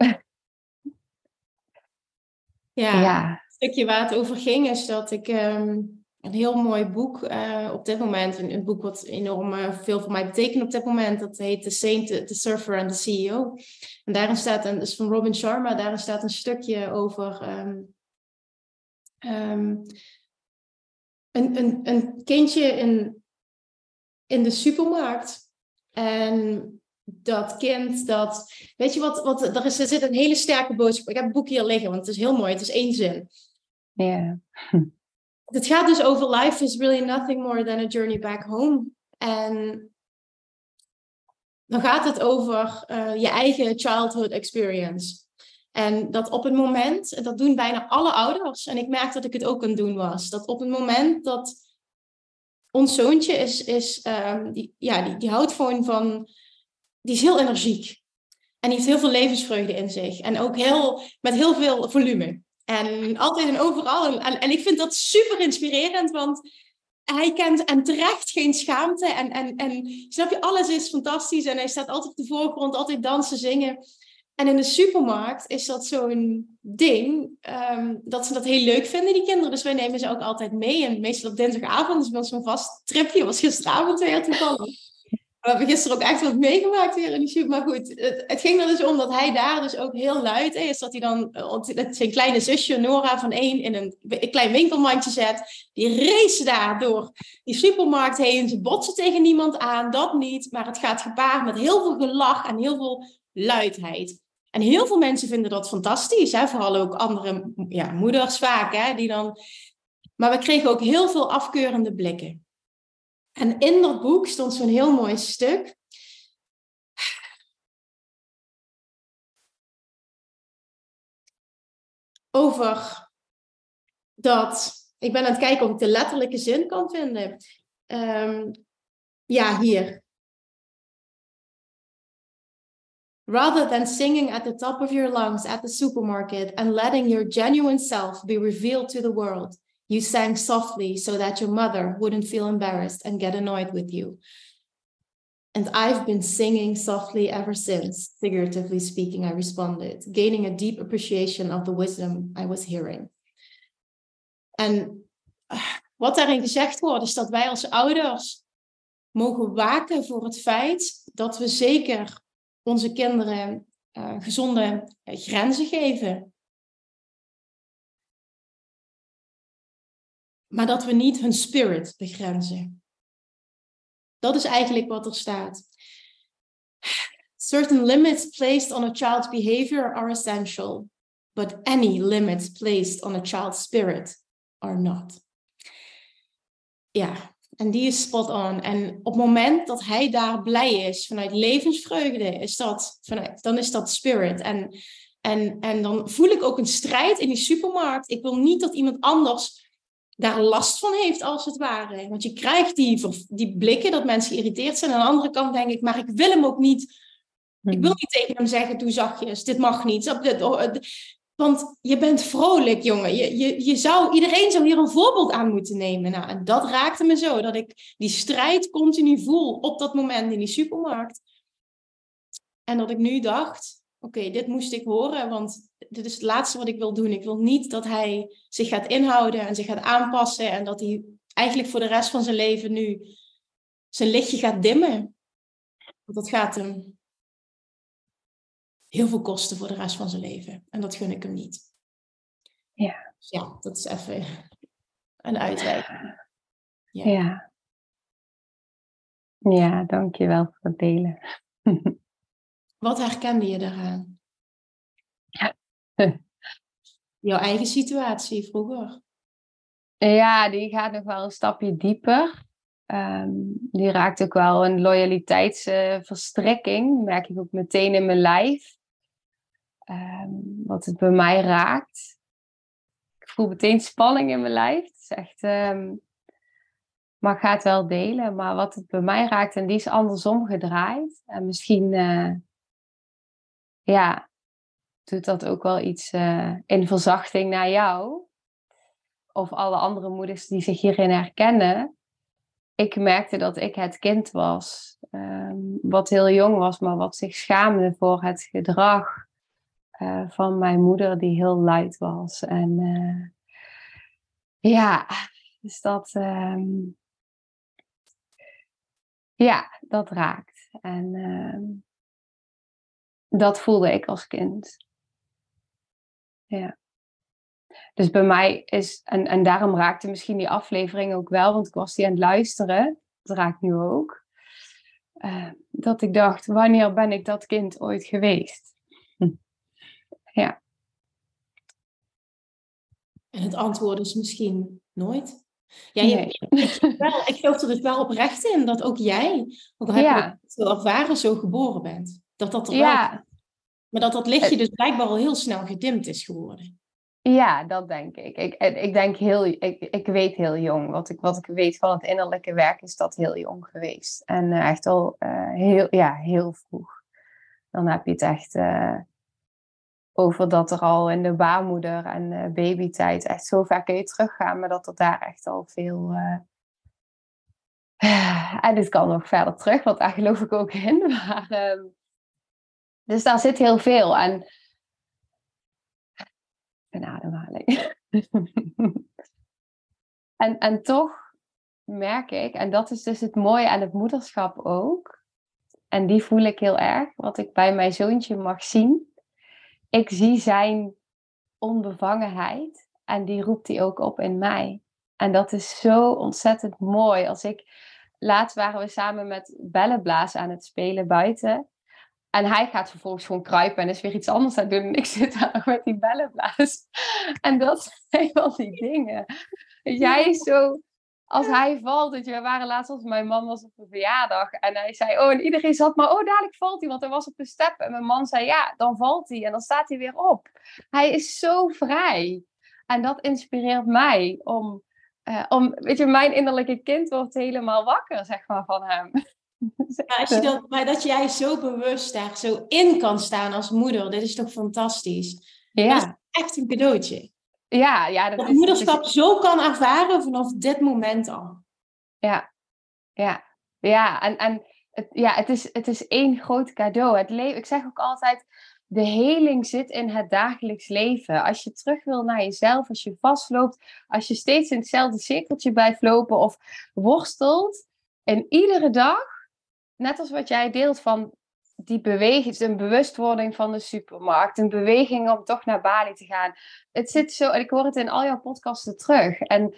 ja, ja, het stukje waar het over ging is dat ik um, een heel mooi boek uh, op dit moment, een, een boek wat enorm uh, veel voor mij betekent op dit moment, dat heet The Saint, The Surfer and the C E O. En daarin staat, een, dat is van Robin Sharma, daarin staat een stukje over um, um, een, een, een kindje in, in de supermarkt. En dat kind, dat... Weet je wat, wat er, is, er zit een hele sterke boodschap. Ik heb het boek hier liggen, want het is heel mooi. Het is één zin. Ja. Yeah. Het gaat dus over life is really nothing more than a journey back home. En dan gaat het over uh, je eigen childhood experience. En dat op het moment, en dat doen bijna alle ouders, en ik merk dat ik het ook aan het doen was, dat op het moment dat ons zoontje is, is um, die, ja, die, die houdt gewoon van, die is heel energiek. En die heeft heel veel levensvreugde in zich. En ook heel, met heel veel volume. En altijd en overal. En, en ik vind dat super inspirerend, want hij kent en terecht geen schaamte. En, en, en snap je, alles is fantastisch. En hij staat altijd op de voorgrond, altijd dansen, zingen. En in de supermarkt is dat zo'n ding, um, dat ze dat heel leuk vinden, die kinderen. Dus wij nemen ze ook altijd mee. En meestal op dinsdagavond is bij ons zo'n vast tripje. Was gisteravond weer toevallig. We hebben gisteren ook echt wat meegemaakt weer in de shoot. Maar goed, het, het ging er dus om dat hij daar dus ook heel luid is. Dat hij dan dat zijn kleine zusje Nora van één in een, een klein winkelmandje zet. Die race daar door die supermarkt heen. Ze botsen tegen niemand aan, dat niet. Maar het gaat gepaard met heel veel gelach en heel veel luidheid. En heel veel mensen vinden dat fantastisch. Hè? Vooral ook andere ja, moeders vaak. Hè? Die dan... Maar we kregen ook heel veel afkeurende blikken. En in dat boek stond zo'n heel mooi stuk. Over dat... Ik ben aan het kijken of ik de letterlijke zin kan vinden. Um, ja, hier. Rather than singing at the top of your lungs at the supermarket and letting your genuine self be revealed to the world, you sang softly so that your mother wouldn't feel embarrassed and get annoyed with you. And I've been singing softly ever since, figuratively speaking, I responded, gaining a deep appreciation of the wisdom I was hearing. En wat daarin gezegd wordt, is dat wij als ouders mogen waken voor het feit dat we zeker onze kinderen uh, gezonde uh, grenzen geven. Maar dat we niet hun spirit begrenzen. Dat is eigenlijk wat er staat. Certain limits placed on a child's behavior are essential, but any limits placed on a child's spirit are not. Ja, en die is spot on. En op het moment dat hij daar blij is, vanuit levensvreugde, is dat, vanuit, dan is dat spirit. En, en, en dan voel ik ook een strijd in die supermarkt. Ik wil niet dat iemand anders daar last van heeft, als het ware. Want je krijgt die, die blikken dat mensen geïrriteerd zijn. Aan de andere kant denk ik, maar ik wil hem ook niet... Ik wil niet tegen hem zeggen, doe zachtjes, dit mag niet. Want je bent vrolijk, jongen. Je, je, je zou, iedereen zou hier een voorbeeld aan moeten nemen. Nou, en dat raakte me zo, dat ik die strijd continu voel op dat moment in die supermarkt. En dat ik nu dacht, oké, okay, dit moest ik horen, want dit is het laatste wat ik wil doen. Ik wil niet dat hij zich gaat inhouden en zich gaat aanpassen en dat hij eigenlijk voor de rest van zijn leven nu zijn lichtje gaat dimmen. Want dat gaat hem heel veel kosten voor de rest van zijn leven. En dat gun ik hem niet. Ja. Dus ja, dat is even een uitwijking. Ja. Ja, ja, dankjewel voor het delen. Wat herkende je daaraan? Ja. Jouw eigen situatie vroeger? Ja, die gaat nog wel een stapje dieper. Um, die raakt ook wel een loyaliteitsverstrekking. Uh, merk ik ook meteen in mijn lijf. Um, wat het bij mij raakt. Ik voel meteen spanning in mijn lijf. Het is echt... Um, maar ik ga het wel delen. Maar wat het bij mij raakt, en die is andersom gedraaid. En misschien... Uh, ja, doet dat ook wel iets uh, in verzachting naar jou. Of alle andere moeders die zich hierin herkennen. ik merkte dat ik het kind was. Um, wat heel jong was, maar wat zich schaamde voor het gedrag uh, van mijn moeder, die heel luid was. En uh, ja, dus dat, um, ja, dat raakt. En uh, dat voelde ik als kind. Ja. Dus bij mij is, en, en daarom raakte misschien die aflevering ook wel, want ik was die aan het luisteren. Dat raakt nu ook. Uh, dat ik dacht, wanneer ben ik dat kind ooit geweest? Hm. Ja. En het antwoord is misschien nooit. Ja, je, nee. ik, wel, ik geloof er dus wel oprecht in dat ook jij, ook al heb ja. je dat zo ervaren, zo geboren bent. Dat dat er ja. wel... Maar dat dat lichtje dus blijkbaar al heel snel gedimd is geworden. Ja, dat denk ik. Ik, ik denk heel, ik, ik weet heel jong. Wat ik, wat ik weet van het innerlijke werk is dat heel jong geweest. En uh, echt al uh, heel, ja, heel vroeg. Dan heb je het echt uh, over dat er al in de baarmoeder en uh, babytijd echt zo ver kun je teruggaan. Maar dat er daar echt al veel... Uh... en dit kan nog verder terug, want daar geloof ik ook in. Maar, uh... dus daar zit heel veel. En een ademhaling. en, en toch merk ik, en dat is dus het mooie aan het moederschap ook, en die voel ik heel erg, wat ik bij mijn zoontje mag zien. Ik zie zijn onbevangenheid en die roept hij ook op in mij. En dat is zo ontzettend mooi. Als ik, laatst waren we samen met bellenblazen aan het spelen buiten. En hij gaat vervolgens gewoon kruipen en is weer iets anders aan het doen. En ik zit daar nog met die bellenblaas. En dat zijn wel die dingen. Jij is zo... Als hij valt, weet je, we waren laatst als mijn man was op een verjaardag. En hij zei, oh, en iedereen zat maar, oh, dadelijk valt hij. Want hij was op de step. En mijn man zei, ja, dan valt hij. En dan staat hij weer op. Hij is zo vrij. En dat inspireert mij om... Uh, om weet je, mijn innerlijke kind wordt helemaal wakker, zeg maar, van hem. Ja, als je dat, maar dat jij zo bewust daar zo in kan staan als moeder, dit is toch fantastisch? Ja. Dat is echt een cadeautje. Ja, ja. Dat, dat is, moederschap dat is... zo kan ervaren vanaf dit moment al. Ja, ja, ja. En, en het, ja, het, is, het is één groot cadeau. Het le- ik zeg ook altijd, de heling zit in het dagelijks leven. Als je terug wil naar jezelf, als je vastloopt, als je steeds in hetzelfde cirkeltje blijft lopen of worstelt, en iedere dag, net als wat jij deelt van die beweging, een bewustwording van de supermarkt, een beweging om toch naar Bali te gaan. Het zit zo, en ik hoor het in al jouw podcasten terug. En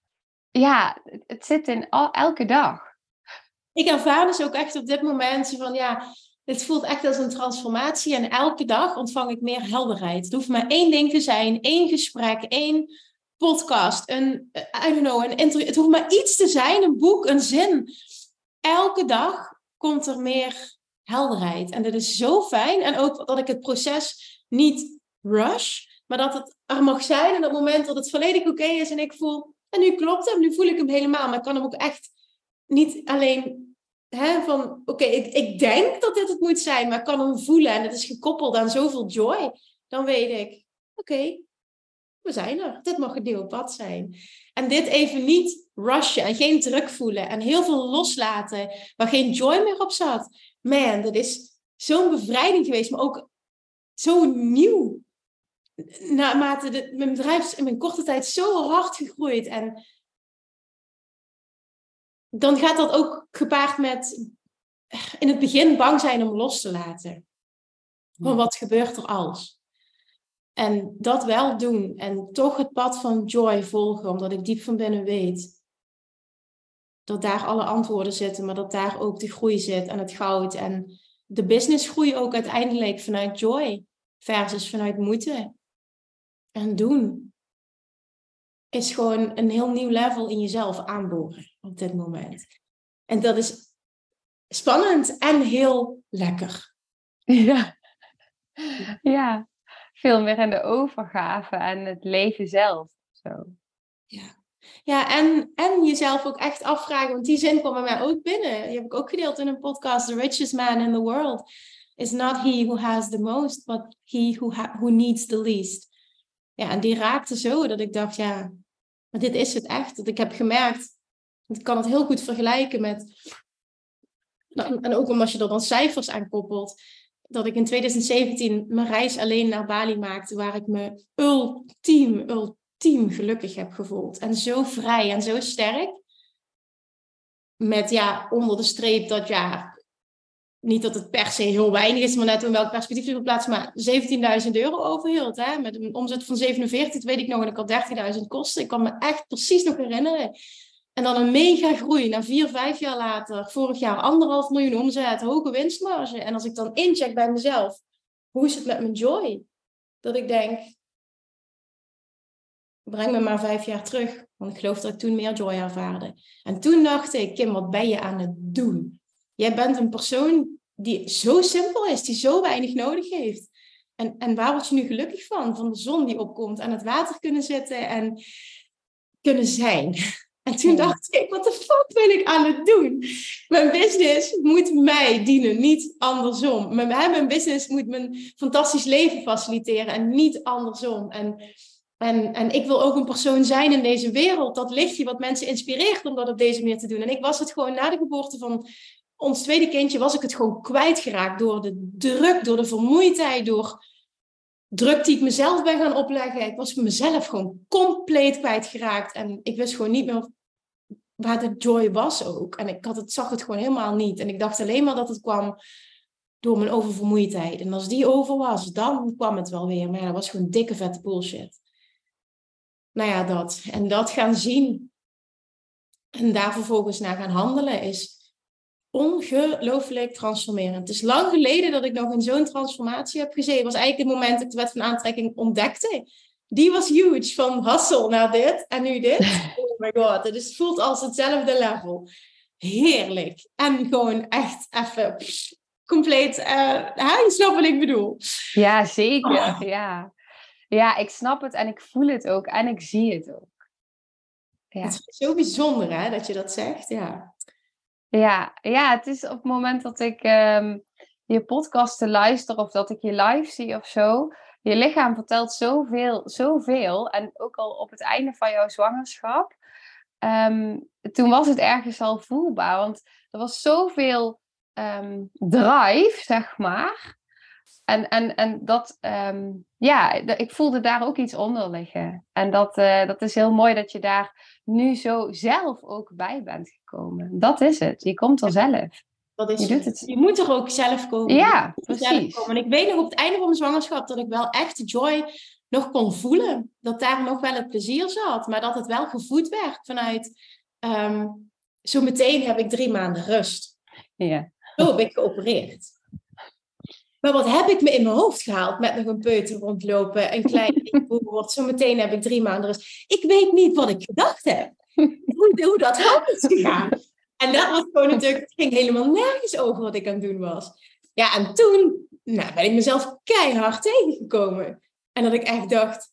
ja, het zit in al, elke dag. Ik ervaar dus ook echt op dit moment van ja, dit voelt echt als een transformatie. En elke dag ontvang ik meer helderheid. Het hoeft maar één ding te zijn, één gesprek, één podcast, een, I don't know, een interview. Het hoeft maar iets te zijn, een boek, een zin. Elke dag komt er meer helderheid. En dat is zo fijn. En ook dat ik het proces niet rush, maar dat het er mag zijn. En op het moment dat het volledig oké okay is en ik voel, en nu klopt hem, nu voel ik hem helemaal. Maar ik kan hem ook echt niet alleen hè, van, oké, okay, ik, ik denk dat dit het moet zijn, maar ik kan hem voelen. En het is gekoppeld aan zoveel joy. Dan weet ik, oké, okay, we zijn er. Dit mag het nieuwe pad zijn. En dit even niet rushen en geen druk voelen. En heel veel loslaten waar geen joy meer op zat. Man, dat is zo'n bevrijding geweest. Maar ook zo nieuw. Naarmate de, mijn bedrijf is in mijn korte tijd zo hard gegroeid. En dan gaat dat ook gepaard met in het begin bang zijn om los te laten. Van wat gebeurt er als? En dat wel doen. En toch het pad van joy volgen. Omdat ik diep van binnen weet. Dat daar alle antwoorden zitten. Maar dat daar ook de groei zit. En het goud. En de businessgroei ook uiteindelijk vanuit joy. Versus vanuit moeten. En doen. Is gewoon een heel nieuw level in jezelf aanboren. Op dit moment. En dat is spannend. En heel lekker. Ja. Ja. Veel meer in de overgave en het leven zelf. Zo. Ja, ja en, en jezelf ook echt afvragen, want die zin kwam bij mij ook binnen. Die heb ik ook gedeeld in een podcast. The richest man in the world is not he who has the most, but he who, ha- who needs the least. Ja, en die raakte zo dat ik dacht, ja, maar dit is het echt. Dat ik heb gemerkt, Ik kan het heel goed vergelijken met... Nou, en ook omdat je er dan cijfers aan koppelt. Dat ik in twintig zeventien mijn reis alleen naar Bali maakte. Waar ik me ultiem, ultiem gelukkig heb gevoeld. En zo vrij en zo sterk. Met ja, onder de streep dat ja... Niet dat het per se heel weinig is, maar net in welk perspectief je wil plaatsen. Maar zeventienduizend euro overhield. Hè? Met een omzet van zevenenveertig, dat weet ik nog. En ik had dertienduizend kosten. Ik kan me echt precies nog herinneren. En dan een mega groei. Na vier, vijf jaar later. Vorig jaar anderhalf miljoen omzet. Hoge winstmarge. En als ik dan incheck bij mezelf. Hoe is het met mijn joy? Dat ik denk. Breng me maar vijf jaar terug. Want ik geloof dat ik toen meer joy ervaarde. En toen dacht ik. Kim, wat ben je aan het doen? Jij bent een persoon die zo simpel is. Die zo weinig nodig heeft. En, en waar word je nu gelukkig van? Van de zon die opkomt. Aan het water kunnen zitten. En kunnen zijn. En toen dacht ik, wat de fuck ben ik aan het doen? Mijn business moet mij dienen, niet andersom. Mijn, mijn business moet mijn fantastisch leven faciliteren en niet andersom. En, en, en ik wil ook een persoon zijn in deze wereld. Dat lichtje wat mensen inspireert om dat op deze manier te doen. En ik was het gewoon na de geboorte van ons tweede kindje, was ik het gewoon kwijtgeraakt door de druk, door de vermoeidheid, door druk die ik mezelf ben gaan opleggen. Ik was mezelf gewoon compleet kwijtgeraakt. En ik wist gewoon niet meer waar de joy was ook. En ik had het, zag het gewoon helemaal niet. En ik dacht alleen maar dat het kwam door mijn oververmoeidheid. En als die over was, dan kwam het wel weer. Maar ja, dat was gewoon dikke vette bullshit. Nou ja, dat. En dat gaan zien. En daar vervolgens naar gaan handelen is ongelooflijk transformerend. Het is lang geleden dat ik nog in zo'n transformatie heb gezeten. Het was eigenlijk het moment dat ik de wet van aantrekking ontdekte. Die was huge. Van hustle naar dit en nu dit. Oh my god. Het is, voelt als hetzelfde level. Heerlijk. En gewoon echt even pff, compleet... Uh, je snapt wat ik bedoel. Ja, zeker. Oh. Ja. ja, ik snap het en ik voel het ook. En ik zie het ook. Ja. Het is zo bijzonder hè, dat je dat zegt. Ja. Ja, ja, het is op het moment dat ik um, je podcasten luister of dat ik je live zie of zo. Je lichaam vertelt zoveel, zoveel. En ook al op het einde van jouw zwangerschap. Um, toen was het ergens al voelbaar. Want er was zoveel um, drive, zeg maar. En, en, en dat, um, ja, ik voelde daar ook iets onder liggen. En dat, uh, dat is heel mooi dat je daar nu zo zelf ook bij bent gekomen. Dat is het. Je komt er zelf. Dat is je, doet het. je moet er ook zelf komen. Ja, precies. Komen. En ik weet nog op het einde van mijn zwangerschap dat ik wel echt de joy nog kon voelen. Dat daar nog wel het plezier zat. Maar dat het wel gevoed werd vanuit... Um, zo meteen heb ik drie maanden rust. Ja. Zo heb ik geopereerd. Maar wat heb ik me in mijn hoofd gehaald met nog een peuter rondlopen, een klein wordt. Zo meteen heb ik drie maanden rust. Ik weet niet wat ik gedacht heb. Hoe, hoe dat hand is gegaan. En dat was gewoon natuurlijk, het ging helemaal nergens over wat ik aan het doen was. Ja, en toen nou, ben ik mezelf keihard tegengekomen. En dat ik echt dacht,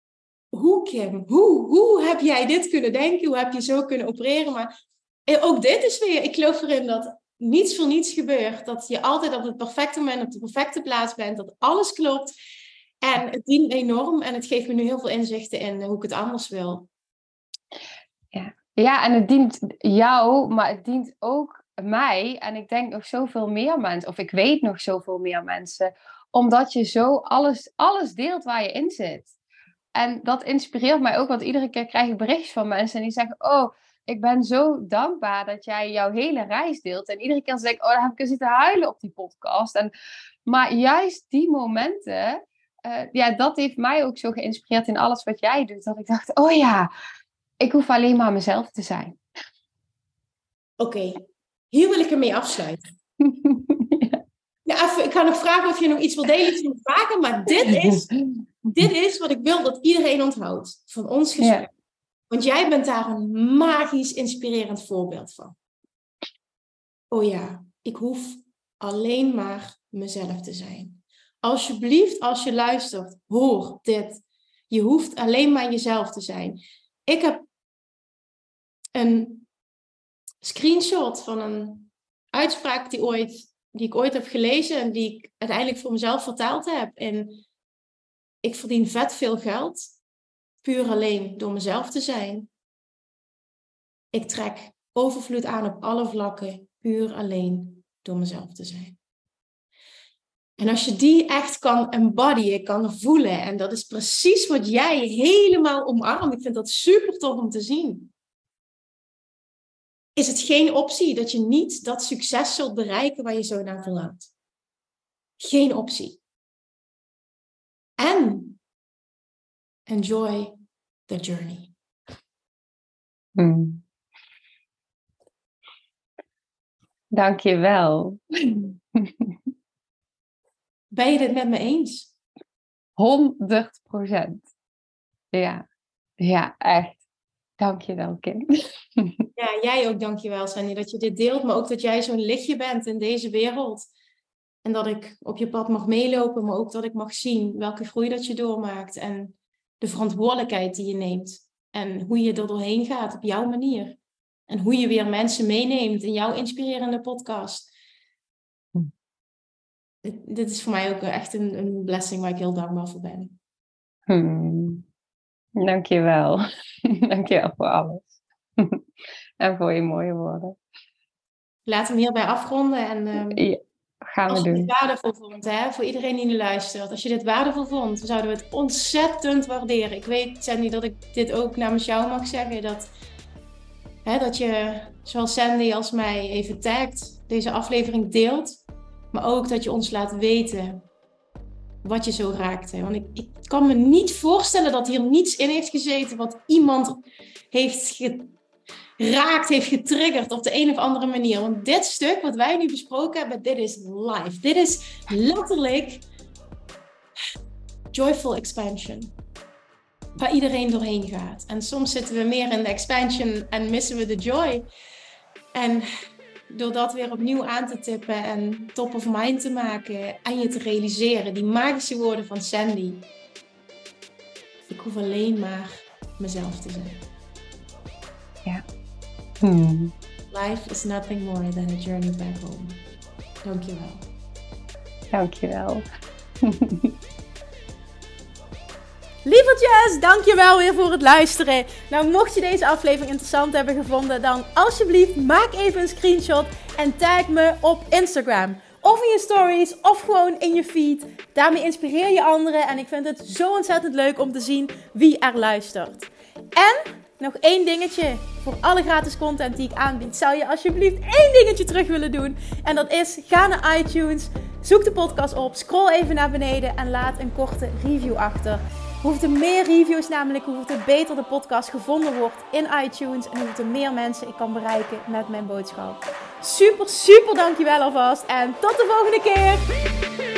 hoe Kim, hoe, hoe heb jij dit kunnen denken? Hoe heb je zo kunnen opereren? Maar ook dit is weer, ik geloof erin dat niets voor niets gebeurt. Dat je altijd op het perfecte moment, op de perfecte plaats bent. Dat alles klopt. En het dient enorm. En het geeft me nu heel veel inzichten in hoe ik het anders wil. Ja, ja en het dient jou, maar het dient ook mij. En ik denk nog zoveel meer mensen. Of ik weet nog zoveel meer mensen. Omdat je zo alles, alles deelt waar je in zit. En dat inspireert mij ook. Want iedere keer krijg ik berichtjes van mensen. En die zeggen, oh... ik ben zo dankbaar dat jij jouw hele reis deelt. En iedere keer zeg ik, oh, dan heb ik zitten huilen op die podcast. En, maar juist die momenten, uh, ja, dat heeft mij ook zo geïnspireerd in alles wat jij doet. Dat ik dacht, oh ja, ik hoef alleen maar mezelf te zijn. Oké, okay. Hier wil ik ermee afsluiten. ja. Ja, even, ik ga nog vragen of je nog iets wil delen, iets wil vragen. Maar dit is, dit is wat ik wil dat iedereen onthoudt van ons gesprek. Ja. Want jij bent daar een magisch inspirerend voorbeeld van. Oh ja, ik hoef alleen maar mezelf te zijn. Alsjeblieft, als je luistert, hoor dit. Je hoeft alleen maar jezelf te zijn. Ik heb een screenshot van een uitspraak die, ooit, die ik ooit heb gelezen en die ik uiteindelijk voor mezelf vertaald heb. En ik verdien vet veel geld. Puur alleen door mezelf te zijn. Ik trek overvloed aan op alle vlakken, puur alleen door mezelf te zijn. En als je die echt kan embodyen, kan voelen, en dat is precies wat jij helemaal omarmt, ik vind dat super tof om te zien, is het geen optie dat je niet dat succes zult bereiken waar je zo naar verlangt. Geen optie. En enjoy the journey. Hmm. Dank je wel. Ben je dit met me eens? honderd procent. Ja, ja, echt. Dank je wel, Kim. Ja, jij ook, dankjewel, Sandy, dat je dit deelt, maar ook dat jij zo'n lichtje bent in deze wereld. En dat ik op je pad mag meelopen, maar ook dat ik mag zien welke groei dat je doormaakt en de verantwoordelijkheid die je neemt. En hoe je er doorheen gaat op jouw manier. En hoe je weer mensen meeneemt in jouw inspirerende podcast. Hm. Dit, dit is voor mij ook echt een, een blessing waar ik heel dankbaar voor ben. Hmm. Dank je wel. Dank je wel voor alles. En voor je mooie woorden. Laat hem hierbij afronden. En, um, ja, gaan we als je doen. dit waardevol vond, hè, voor iedereen die nu luistert. Als je dit waardevol vond, dan zouden we het ontzettend waarderen. Ik weet, Sandy, dat ik dit ook namens jou mag zeggen. Dat, hè, dat je, zowel Sandy als mij, even tagt, deze aflevering deelt. Maar ook dat je ons laat weten wat je zo raakte. Want ik, ik kan me niet voorstellen dat hier niets in heeft gezeten wat iemand heeft geraakt, heeft getriggerd op de een of andere manier. Want dit stuk wat wij nu besproken hebben, dit is live. Dit is letterlijk joyful expansion. Waar iedereen doorheen gaat. En soms zitten we meer in de expansion en missen we de joy. En door dat weer opnieuw aan te tippen en top of mind te maken en je te realiseren, die magische woorden van Sandy. Ik hoef alleen maar mezelf te zijn. Ja. Hmm. Life is nothing more than a journey back home. Dankjewel. Dankjewel. Lievertjes, dankjewel weer voor het luisteren. Nou, mocht je deze aflevering interessant hebben gevonden, dan alsjeblieft maak even een screenshot en tag me op Instagram. Of in je stories, of gewoon in je feed. Daarmee inspireer je anderen en ik vind het zo ontzettend leuk om te zien wie er luistert. En nog één dingetje. Voor alle gratis content die ik aanbied, zou je alsjeblieft één dingetje terug willen doen. En dat is, ga naar iTunes, zoek de podcast op, scroll even naar beneden en laat een korte review achter. Hoe er meer reviews namelijk, hoe er beter de podcast gevonden wordt in iTunes. En hoe er meer mensen ik kan bereiken met mijn boodschap. Super, super dankjewel alvast. En tot de volgende keer.